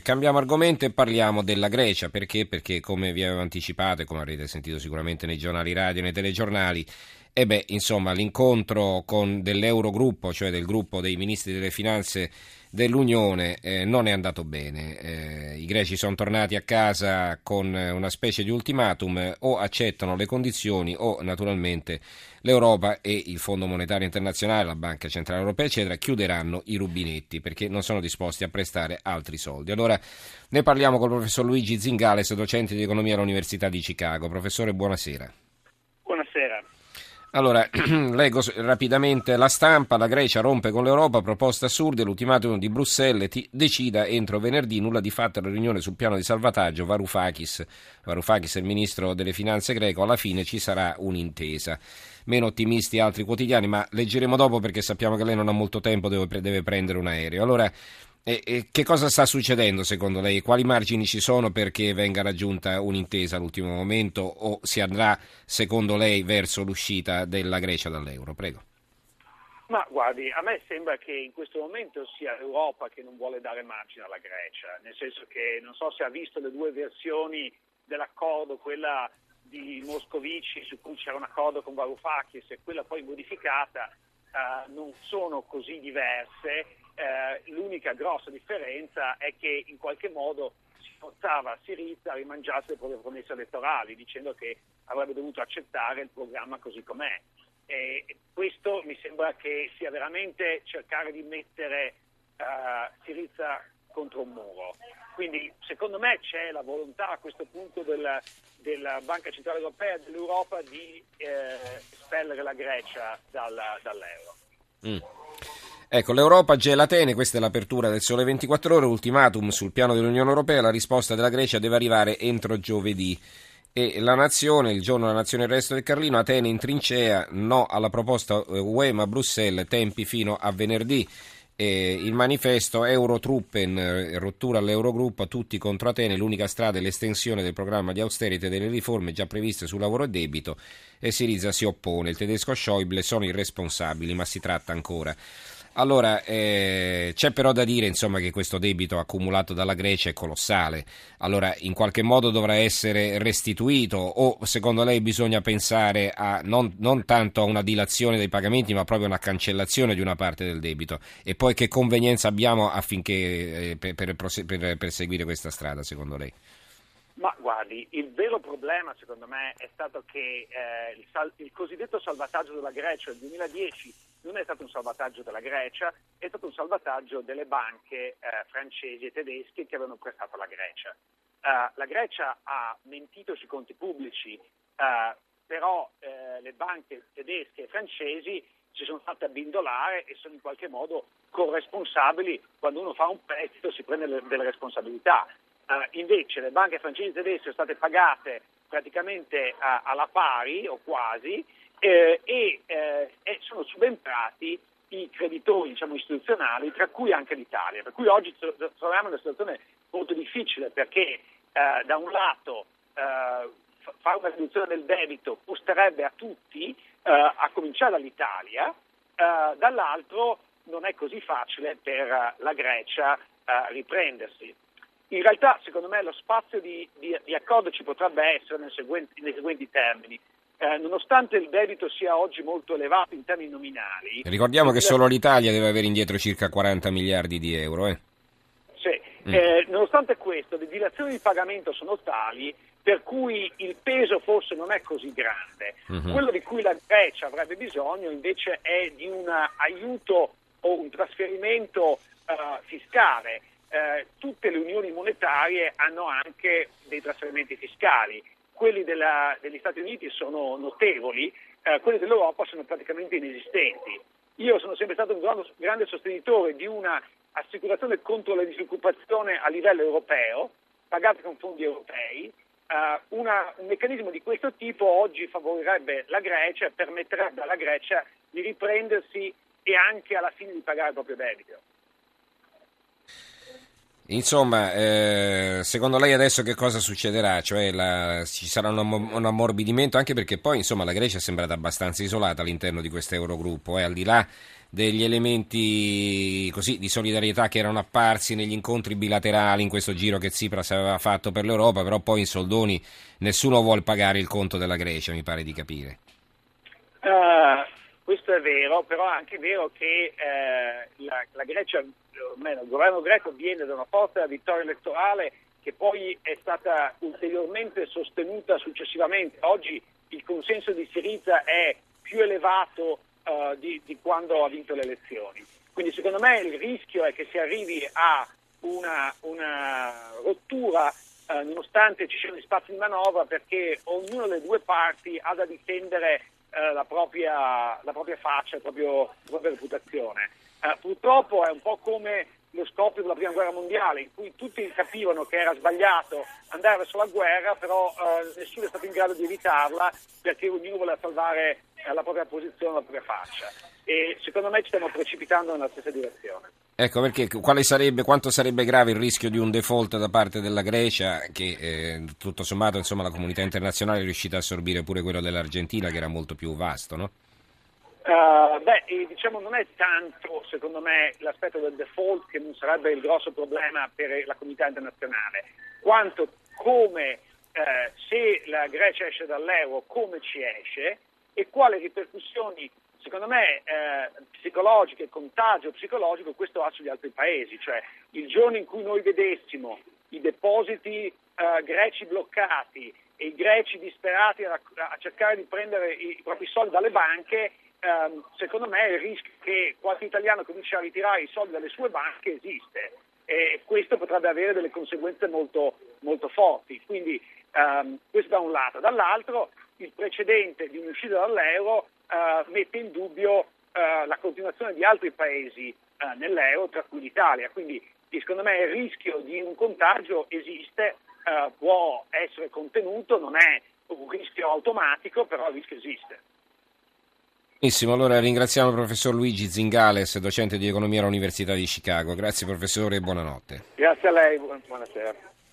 Cambiamo argomento e parliamo della Grecia. Perché come vi avevo anticipato e come avrete sentito sicuramente nei giornali radio e nei telegiornali, insomma, l'incontro dell'Eurogruppo, cioè del gruppo dei ministri delle finanze dell'Unione, non è andato bene. I greci sono tornati a casa con una specie di ultimatum: o accettano le condizioni o naturalmente l'Europa e il Fondo Monetario Internazionale, la Banca Centrale Europea eccetera, chiuderanno i rubinetti perché non sono disposti a prestare altri soldi. Allora ne parliamo col professor Luigi Zingales, docente di economia all'Università di Chicago. Professore, buonasera. Buonasera. Allora, leggo rapidamente la stampa: la Grecia rompe con l'Europa, proposte assurde, l'ultimatum di Bruxelles, decida entro venerdì, nulla di fatto alla riunione sul piano di salvataggio, Varoufakis è il ministro delle finanze greco, alla fine ci sarà un'intesa. Meno ottimisti altri quotidiani, ma leggeremo dopo perché sappiamo che lei non ha molto tempo, deve prendere un aereo. Allora, che cosa sta succedendo secondo lei? Quali margini ci sono perché venga raggiunta un'intesa all'ultimo momento, o si andrà secondo lei verso l'uscita della Grecia dall'euro? Prego. Ma guardi, a me sembra che in questo momento sia l'Europa che non vuole dare margine alla Grecia, nel senso che non so se ha visto le due versioni dell'accordo, quella di Moscovici su cui c'era un accordo con Varoufakis e quella poi modificata, non sono così diverse. L'unica grossa differenza è che in qualche modo si forzava Syriza a rimangiarsi le proprie promesse elettorali, dicendo che avrebbe dovuto accettare il programma così com'è. E questo mi sembra che sia veramente cercare di mettere Syriza contro un muro. Quindi secondo me c'è la volontà a questo punto della Banca Centrale Europea e dell'Europa di espellere la Grecia dall'euro. Ecco, l'Europa gela Atene, questa è l'apertura del Sole 24 Ore, ultimatum sul piano dell'Unione Europea, la risposta della Grecia deve arrivare entro giovedì. E La Nazione, il giorno della Nazione e il resto del Carlino, Atene in trincea, no alla proposta UE ma Bruxelles, tempi fino a venerdì. Il manifesto Eurotruppen, rottura all'Eurogruppo, tutti contro Atene, l'unica strada è l'estensione del programma di austerity e delle riforme già previste su lavoro e debito, e Syriza si oppone, il tedesco Schäuble sono irresponsabili, ma si tratta ancora. Allora, c'è però da dire insomma che questo debito accumulato dalla Grecia è colossale. Allora, in qualche modo dovrà essere restituito, o secondo lei bisogna pensare a non tanto a una dilazione dei pagamenti, ma proprio a una cancellazione di una parte del debito? E poi che convenienza abbiamo affinché per seguire questa strada, secondo lei? Ma guardi, il vero problema secondo me è stato che il cosiddetto salvataggio della Grecia del 2010 non è stato un salvataggio della Grecia, è stato un salvataggio delle banche francesi e tedesche che avevano prestato alla Grecia. La Grecia ha mentito sui conti pubblici, però le banche tedesche e francesi si sono fatte abbindolare e sono in qualche modo corresponsabili. Quando uno fa un prestito si prende delle responsabilità. Invece le banche francesi e tedesche sono state pagate praticamente alla pari o quasi e sono subentrati i creditori istituzionali, tra cui anche l'Italia, per cui oggi troviamo una situazione molto difficile perché da un lato fare una riduzione del debito costerebbe a tutti, a cominciare dall'Italia, dall'altro non è così facile per la Grecia riprendersi. In realtà, secondo me, lo spazio di accordo ci potrebbe essere nei seguenti termini. Nonostante il debito sia oggi molto elevato in termini nominali... Ricordiamo che solo l'Italia deve avere indietro circa 40 miliardi di euro. Sì, nonostante questo, le dilazioni di pagamento sono tali per cui il peso forse non è così grande. Quello di cui la Grecia avrebbe bisogno invece è di un aiuto o un trasferimento fiscale. Tutte le unioni monetarie hanno anche dei trasferimenti fiscali, quelli degli Stati Uniti sono notevoli, quelli dell'Europa sono praticamente inesistenti. Io sono sempre stato un grande sostenitore di una assicurazione contro la disoccupazione a livello europeo, pagata con fondi europei. Un meccanismo di questo tipo oggi favorirebbe la Grecia e permetterebbe alla Grecia di riprendersi e anche alla fine di pagare il proprio debito. Insomma, secondo lei adesso che cosa succederà? Cioè ci sarà un ammorbidimento, anche perché poi insomma la Grecia è sembrata abbastanza isolata all'interno di questo Eurogruppo, al di là degli elementi così di solidarietà che erano apparsi negli incontri bilaterali in questo giro che Tsipras aveva fatto per l'Europa, però poi in soldoni nessuno vuole pagare il conto della Grecia, mi pare di capire. Questo è vero, però è anche vero che la Grecia, o almeno il governo greco, viene da una forte vittoria elettorale che poi è stata ulteriormente sostenuta successivamente. Oggi il consenso di Syriza è più elevato di quando ha vinto le elezioni. Quindi secondo me il rischio è che si arrivi a una rottura nonostante ci siano spazi di manovra, perché ognuno delle due parti ha da difendere la propria faccia, la propria reputazione. Purtroppo è un po' come lo scoppio della prima guerra mondiale, in cui tutti capivano che era sbagliato andare verso la guerra, però nessuno è stato in grado di evitarla perché ognuno voleva salvare la propria posizione, la propria faccia. E secondo me ci stiamo precipitando nella stessa direzione. Ecco perché quanto sarebbe grave il rischio di un default da parte della Grecia, che tutto sommato insomma la comunità internazionale è riuscita a assorbire pure quello dell'Argentina, che era molto più vasto, no? Diciamo non è tanto secondo me l'aspetto del default, che non sarebbe il grosso problema per la comunità internazionale, quanto come se la Grecia esce dall'euro, come ci esce e quali ripercussioni secondo me psicologiche, contagio psicologico questo ha sugli altri paesi. Cioè il giorno in cui noi vedessimo i depositi greci bloccati e i greci disperati a cercare di prendere i propri soldi dalle banche, secondo me il rischio che qualche italiano cominci a ritirare i soldi dalle sue banche esiste, e questo potrebbe avere delle conseguenze molto, molto forti. Quindi questo da un lato. Dall'altro il precedente di un'uscita dall'euro mette in dubbio la continuazione di altri paesi nell'euro, tra cui l'Italia. Quindi secondo me il rischio di un contagio esiste, può essere contenuto, non è un rischio automatico, però il rischio esiste. Benissimo, allora ringraziamo il professor Luigi Zingales, docente di economia all'Università di Chicago. Grazie professore e buonanotte. Grazie a lei, buonasera.